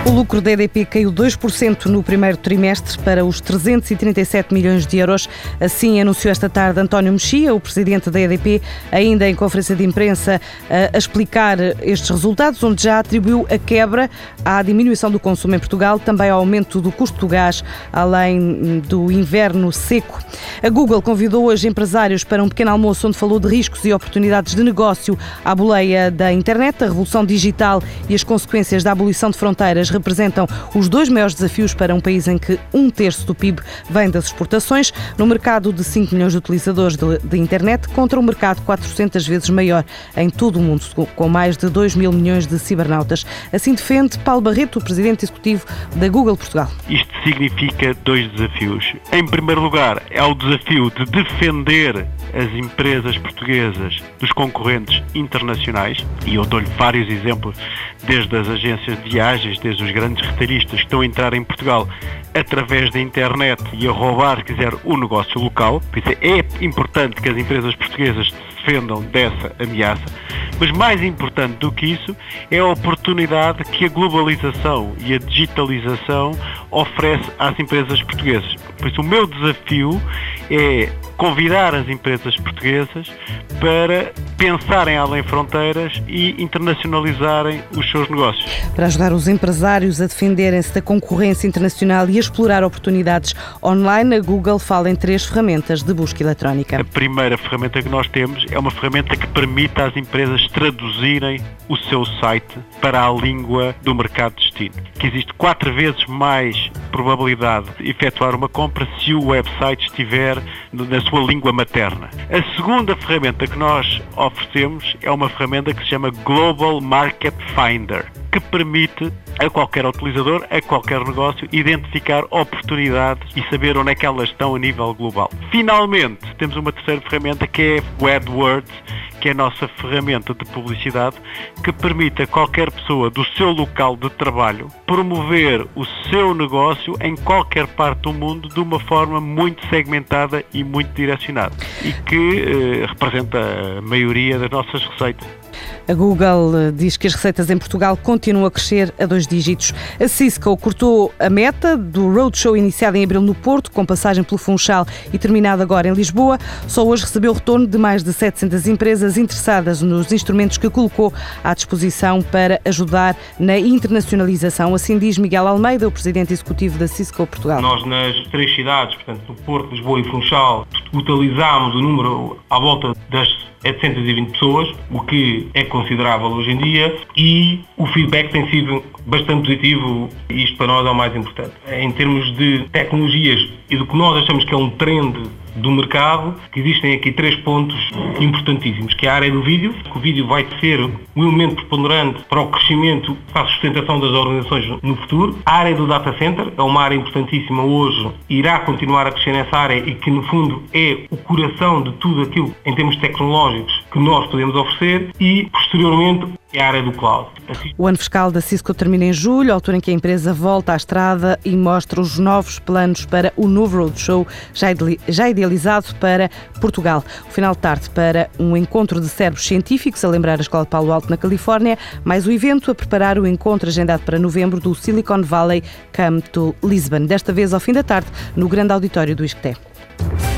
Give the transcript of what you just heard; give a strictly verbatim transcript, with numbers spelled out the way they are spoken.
O lucro da E D P caiu dois por cento no primeiro trimestre para os trezentos e trinta e sete milhões de euros. Assim anunciou esta tarde António Mexia, o presidente da E D P, ainda em conferência de imprensa a explicar estes resultados, onde já atribuiu a quebra à diminuição do consumo em Portugal, também ao aumento do custo do gás, além do inverno seco. A Google convidou hoje empresários para um pequeno almoço onde falou de riscos e oportunidades de negócio à boleia da internet. A revolução digital e as consequências da abolição de fronteiras representam os dois maiores desafios para um país em que um terço do P I B vem das exportações, no mercado de cinco milhões de utilizadores de, de internet, contra um mercado quatrocentas vezes maior em todo o mundo, com mais de dois mil milhões de cibernautas. Assim defende Paulo Barreto, o presidente executivo da Google Portugal. Isto significa dois desafios. Em primeiro lugar, é o desafio de defender as empresas portuguesas dos concorrentes internacionais, e eu dou-lhe vários exemplos, desde as agências de viagens, desde os grandes retalhistas que estão a entrar em Portugal através da internet e a roubar, se quiser, o negócio local. Por isso é importante que as empresas portuguesas se defendam dessa ameaça, mas mais importante do que isso é a oportunidade que a globalização e a digitalização oferece às empresas portuguesas. Por isso o meu desafio é convidar as empresas portuguesas para pensarem além fronteiras e internacionalizarem os seus negócios. Para ajudar os empresários a defenderem-se da concorrência internacional e a explorar oportunidades online, a Google fala em três ferramentas de busca eletrónica. A primeira ferramenta que nós temos é uma ferramenta que permite às empresas traduzirem o seu site para a língua do mercado de destino. Que existe quatro vezes mais probabilidade de efetuar uma compra se o website estiver na sua língua materna. A segunda ferramenta que nós oferecemos é uma ferramenta que se chama Global Market Finder, que permite a qualquer utilizador, a qualquer negócio, identificar oportunidades e saber onde é que elas estão a nível global. Finalmente, temos uma terceira ferramenta que é o AdWords, que é a nossa ferramenta de publicidade, que permite a qualquer pessoa do seu local de trabalho promover o seu negócio em qualquer parte do mundo de uma forma muito segmentada e muito direcionada, e que eh, representa a maioria das nossas receitas. A Google diz que as receitas em Portugal continuam a crescer a dois dígitos. A Cisco cortou a meta do roadshow iniciado em abril no Porto, com passagem pelo Funchal e terminado agora em Lisboa. Só hoje recebeu retorno de mais de setecentas empresas interessadas nos instrumentos que colocou à disposição para ajudar na internacionalização. Assim diz Miguel Almeida, o presidente executivo da Cisco Portugal. Nós nas três cidades, portanto no Porto, Lisboa e Funchal, utilizámos o número à volta das setecentas e vinte pessoas, o que é considerável hoje em dia, e o feedback tem sido bastante positivo, e isto para nós é o mais importante. Em termos de tecnologias e do que nós achamos que é um trend do mercado, que existem aqui três pontos importantíssimos, que é a área do vídeo, que o vídeo vai ser um elemento preponderante para o crescimento, para a sustentação das organizações no futuro. A área do data center é uma área importantíssima hoje, irá continuar a crescer nessa área e que no fundo é o coração de tudo aquilo em termos tecnológicos que nós podemos oferecer, e posteriormente é a área do cloud. O ano fiscal da Cisco termina em julho, altura em que a empresa volta à estrada e mostra os novos planos para o novo roadshow, já idealizado para Portugal. O final de tarde para um encontro de cérebros científicos, a lembrar a Escola de Palo Alto, na Califórnia, mais o evento a preparar o encontro agendado para novembro do Silicon Valley Come to Lisbon, desta vez ao fim da tarde, no grande auditório do ISCTE.